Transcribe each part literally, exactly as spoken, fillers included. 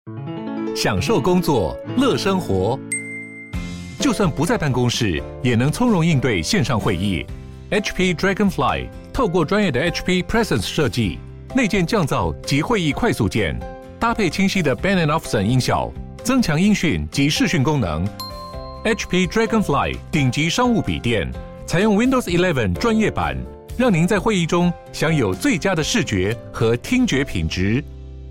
享受工作，乐生活。就算不在办公室，也能从容应对线上会议。H P Dragonfly 透过专业的 H P Presence 设计，内建降噪及会议快速键，搭配清晰的 Bang and Olufsen 音效，增强音讯及视讯功能。H P Dragonfly 顶级商务笔电，采用 Windows 十一专业版，让您在会议中享有最佳的视觉和听觉品质。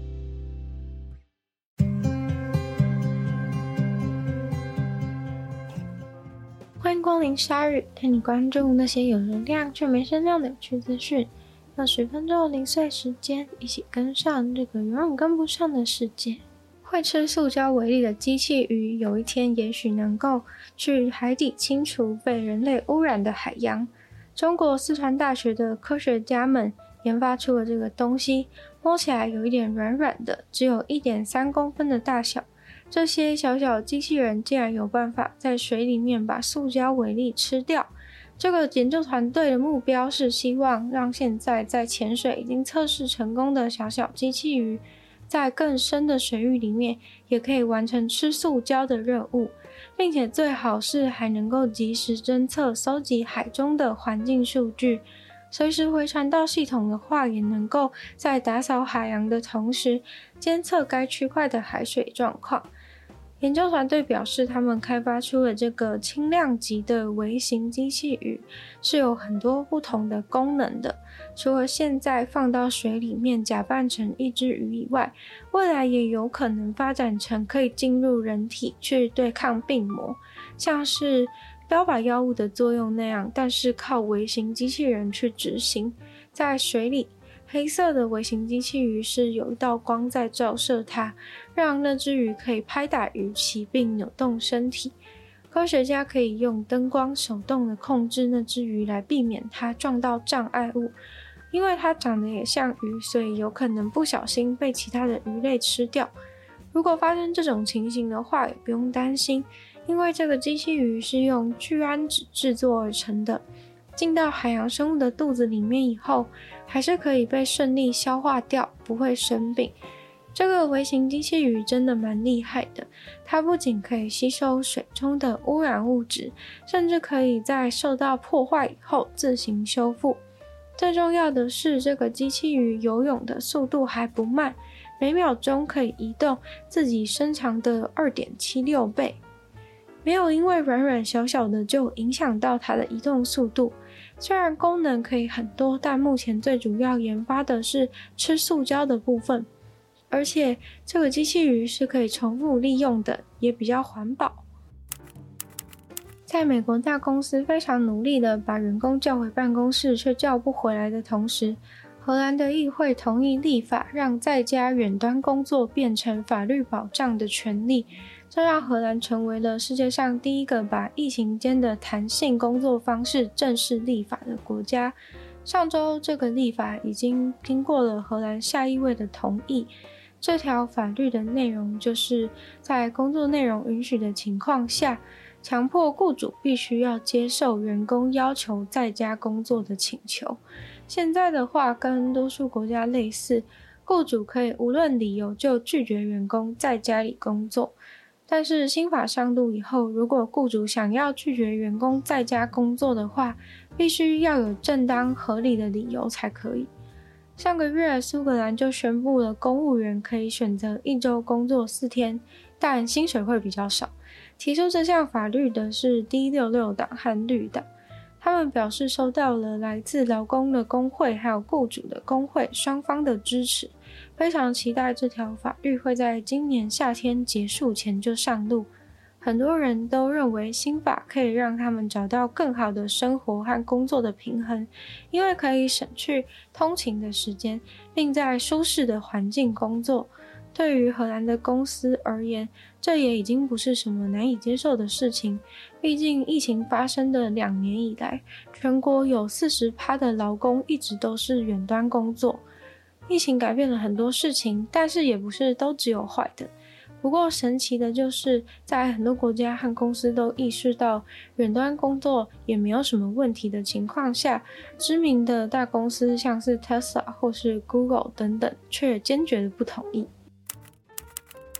欢迎光临鲨鱼，带你关注那些有流量却没声量的有趣资讯。用十分钟的零碎时间，一起跟上这个永远跟不上的世界。会吃塑胶为例的机器鱼，有一天也许能够去海底清除被人类污染的海洋。中国四川大学的科学家们研发出了这个东西，摸起来有一点软软的，只有 一点三公分的大小。这些小小机器人竟然有办法在水里面把塑胶微粒吃掉。这个研究团队的目标是希望让现在在潜水已经测试成功的小小机器鱼，在更深的水域里面也可以完成吃塑胶的任务，并且最好是还能够及时侦测搜集海中的环境数据，随时回传到系统的话，也能够在打扫海洋的同时监测该区块的海水状况。研究团队表示，他们开发出了这个轻量级的微型机器鱼，是有很多不同的功能的。除了现在放到水里面假扮成一只鱼以外，未来也有可能发展成可以进入人体去对抗病魔，像是标靶药物的作用那样，但是靠微型机器人去执行。在水里，黑色的微型机器鱼是有一道光在照射它，让那只鱼可以拍打鱼鳍并扭动身体。科学家可以用灯光手动的控制那只鱼来避免它撞到障碍物，因为它长得也像鱼，所以有可能不小心被其他的鱼类吃掉。如果发生这种情形的话，也不用担心，因为这个机器鱼是用聚氨酯制作而成的，进到海洋生物的肚子里面以后，还是可以被顺利消化掉，不会生病。这个微型机器鱼真的蛮厉害的，它不仅可以吸收水中的污染物质，甚至可以在受到破坏以后自行修复。最重要的是，这个机器鱼游泳的速度还不慢，每秒钟可以移动自己身长的 二点七六倍。没有因为软软小小的就影响到它的移动速度。虽然功能可以很多，但目前最主要研发的是吃塑胶的部分，而且这个机器鱼是可以重复利用的，也比较环保。在美国大公司非常努力的把员工叫回办公室却叫不回来的同时，荷兰的议会同意立法，让在家远端工作变成法律保障的权利，这让荷兰成为了世界上第一个把疫情间的弹性工作方式正式立法的国家。上周这个立法已经经过了荷兰下议院的同意，这条法律的内容就是在工作内容允许的情况下，强迫雇主必须要接受员工要求在家工作的请求。现在的话跟多数国家类似，雇主可以无论理由就拒绝员工在家里工作。但是新法上路以后，如果雇主想要拒绝员工在家工作的话，必须要有正当合理的理由才可以。上个月苏格兰就宣布了公务员可以选择一周工作四天，但薪水会比较少。提出这项法律的是 D 六六 党和绿党，他们表示收到了来自劳工的工会还有雇主的工会双方的支持，非常期待这条法律会在今年夏天结束前就上路。很多人都认为新法可以让他们找到更好的生活和工作的平衡，因为可以省去通勤的时间，并在舒适的环境工作。对于荷兰的公司而言，这也已经不是什么难以接受的事情。毕竟疫情发生的两年以来，全国有 百分之四十 的劳工一直都是远端工作。疫情改变了很多事情，但是也不是都只有坏的。不过神奇的就是在很多国家和公司都意识到远端工作也没有什么问题的情况下，知名的大公司像是 Tesla 或是 Google 等等却坚决的不同意。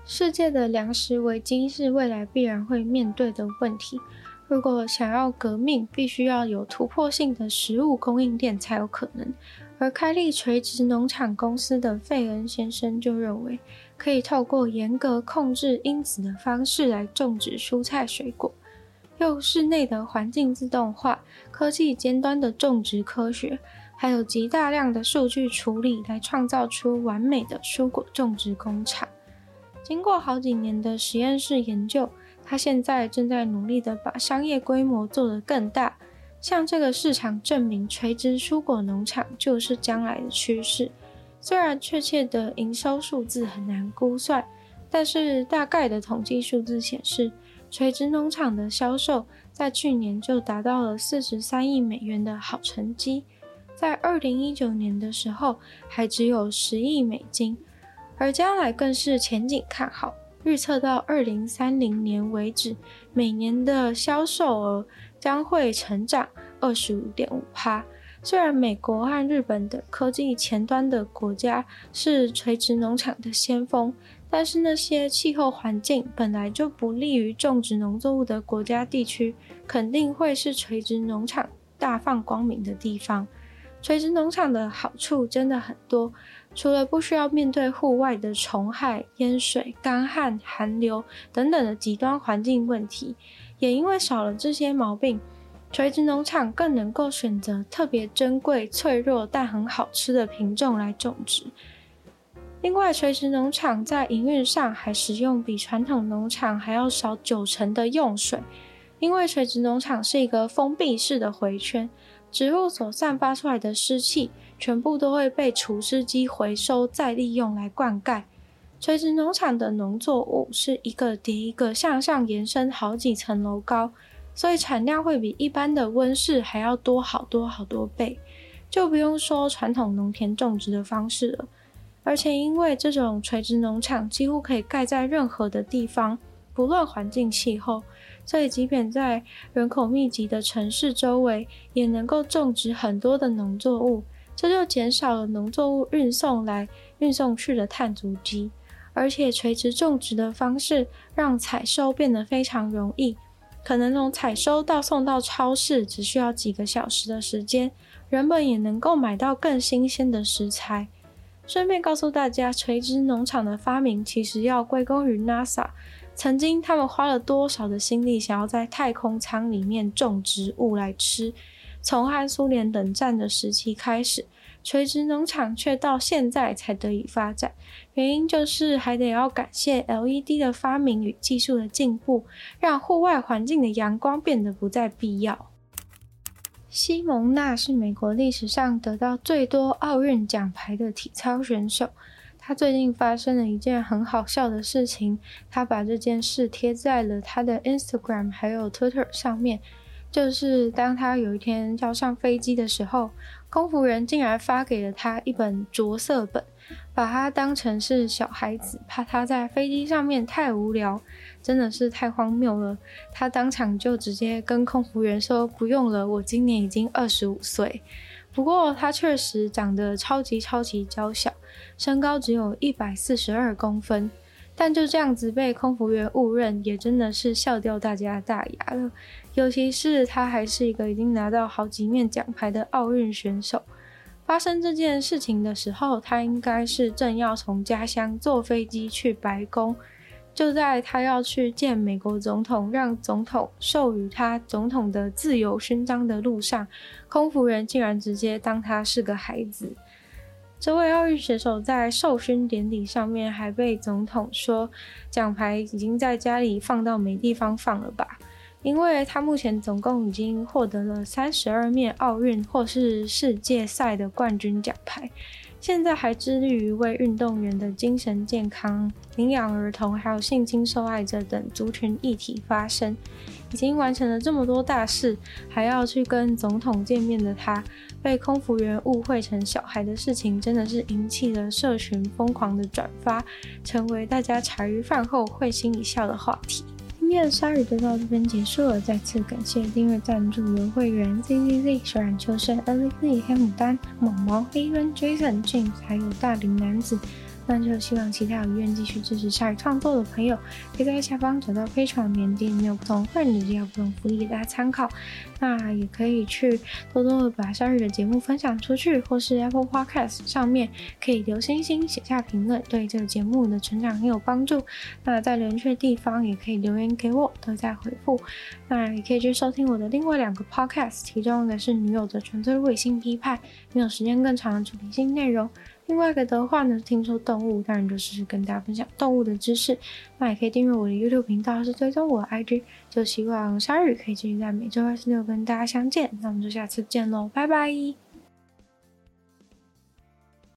世界的粮食危机是未来必然会面对的问题。如果想要革命，必须要有突破性的食物供应链才有可能。而开立垂直农场公司的费恩先生就认为，可以透过严格控制因子的方式来种植蔬菜水果，用室内的环境自动化、科技尖端的种植科学，还有极大量的数据处理来创造出完美的蔬果种植工厂。经过好几年的实验室研究，他现在正在努力的把商业规模做得更大，向这个市场证明垂直蔬果农场就是将来的趋势。虽然确切的营收数字很难估算，但是大概的统计数字显示，垂直农场的销售在去年就达到了四十三亿美元的好成绩，在二零一九年的时候还只有十亿美金，而将来更是前景看好，预测到二零三零年为止，每年的销售额将会成长 百分之二十五点五。 虽然美国和日本等科技前端的国家是垂直农场的先锋，但是那些气候环境本来就不利于种植农作物的国家地区，肯定会是垂直农场大放光明的地方。垂直农场的好处真的很多，除了不需要面对户外的虫害、淹水、干旱、寒流等等的极端环境问题，也因为少了这些毛病，垂直农场更能够选择特别珍贵、脆弱但很好吃的品种来种植。另外，垂直农场在营运上还使用比传统农场还要少九成的用水，因为垂直农场是一个封闭式的回圈，植物所散发出来的湿气全部都会被除湿机回收再利用来灌溉。垂直农场的农作物是一个叠一个向上延伸好几层楼高，所以产量会比一般的温室还要多好多好多倍，就不用说传统农田种植的方式了。而且因为这种垂直农场几乎可以盖在任何的地方，不论环境气候，所以即便在人口密集的城市周围，也能够种植很多的农作物，这就减少了农作物运送来运送去的碳足迹。而且垂直种植的方式让采收变得非常容易，可能从采收到送到超市只需要几个小时的时间，人们也能够买到更新鲜的食材。顺便告诉大家，垂直农场的发明其实要归功于 NASA， 曾经他们花了多少的心力想要在太空舱里面种植物来吃。从和苏联冷战的时期开始，垂直农场却到现在才得以发展，原因就是还得要感谢 L E D 的发明与技术的进步，让户外环境的阳光变得不再必要。西蒙娜是美国历史上得到最多奥运奖牌的体操选手，他最近发生了一件很好笑的事情，他把这件事贴在了他的 Instagram 还有 Twitter 上面，就是当他有一天要上飞机的时候，空服员竟然发给了他一本着色本，把他当成是小孩子，怕他在飞机上面太无聊，真的是太荒谬了。他当场就直接跟空服员说，不用了，我今年已经二十五岁。不过他确实长得超级超级娇小，身高只有一百四十二公分，但就这样子被空服员误认，也真的是笑掉大家大牙了。尤其是他还是一个已经拿到好几面奖牌的奥运选手。发生这件事情的时候，他应该是正要从家乡坐飞机去白宫，就在他要去见美国总统，让总统授予他总统的自由勋章的路上，空服员竟然直接当他是个孩子。这位奥运选手在授勋典礼上面还被总统说，奖牌已经在家里放到没地方放了吧，因为他目前总共已经获得了三十二面奥运或是世界赛的冠军奖牌，现在还致力于为运动员的精神健康、领养儿童还有性侵受害者等族群议题发声。已经完成了这么多大事，还要去跟总统见面的他，被空服员误会成小孩的事情，真的是引起了社群疯狂的转发，成为大家茶余饭后会心一笑的话题。今天的鲨鱼就到这边结束了，再次感谢订阅赞助的会员 Z Z Z、 小冉秋生、Ellie Z、 黑牡丹、毛毛、A 人、Jason、James 还有大龄男子。 那就希望其他有意愿继续支持鲨鱼创作的朋友，可以在下方找到Patreon连结，里面有不同会员的也有不同福利给大家参考。那也可以去多多的把鲨鱼的节目分享出去，或是 Apple Podcast 上面可以留星星、写下评论，对这个节目的成长很有帮助。那在留言区的地方也可以留言给我，都在回复。那也可以去收听我的另外两个 podcast， 其中一个是女友的纯粹理性批判，没有时间更长的主题性内容。另外一个的话呢，听说动物，当然就是跟大家分享动物的知识。那也可以订阅我的 YouTube 频道，是追踪我的 I G。就希望鲨鱼可以继续在每周二、四、六跟大家相见。那我们就下次见喽，拜拜。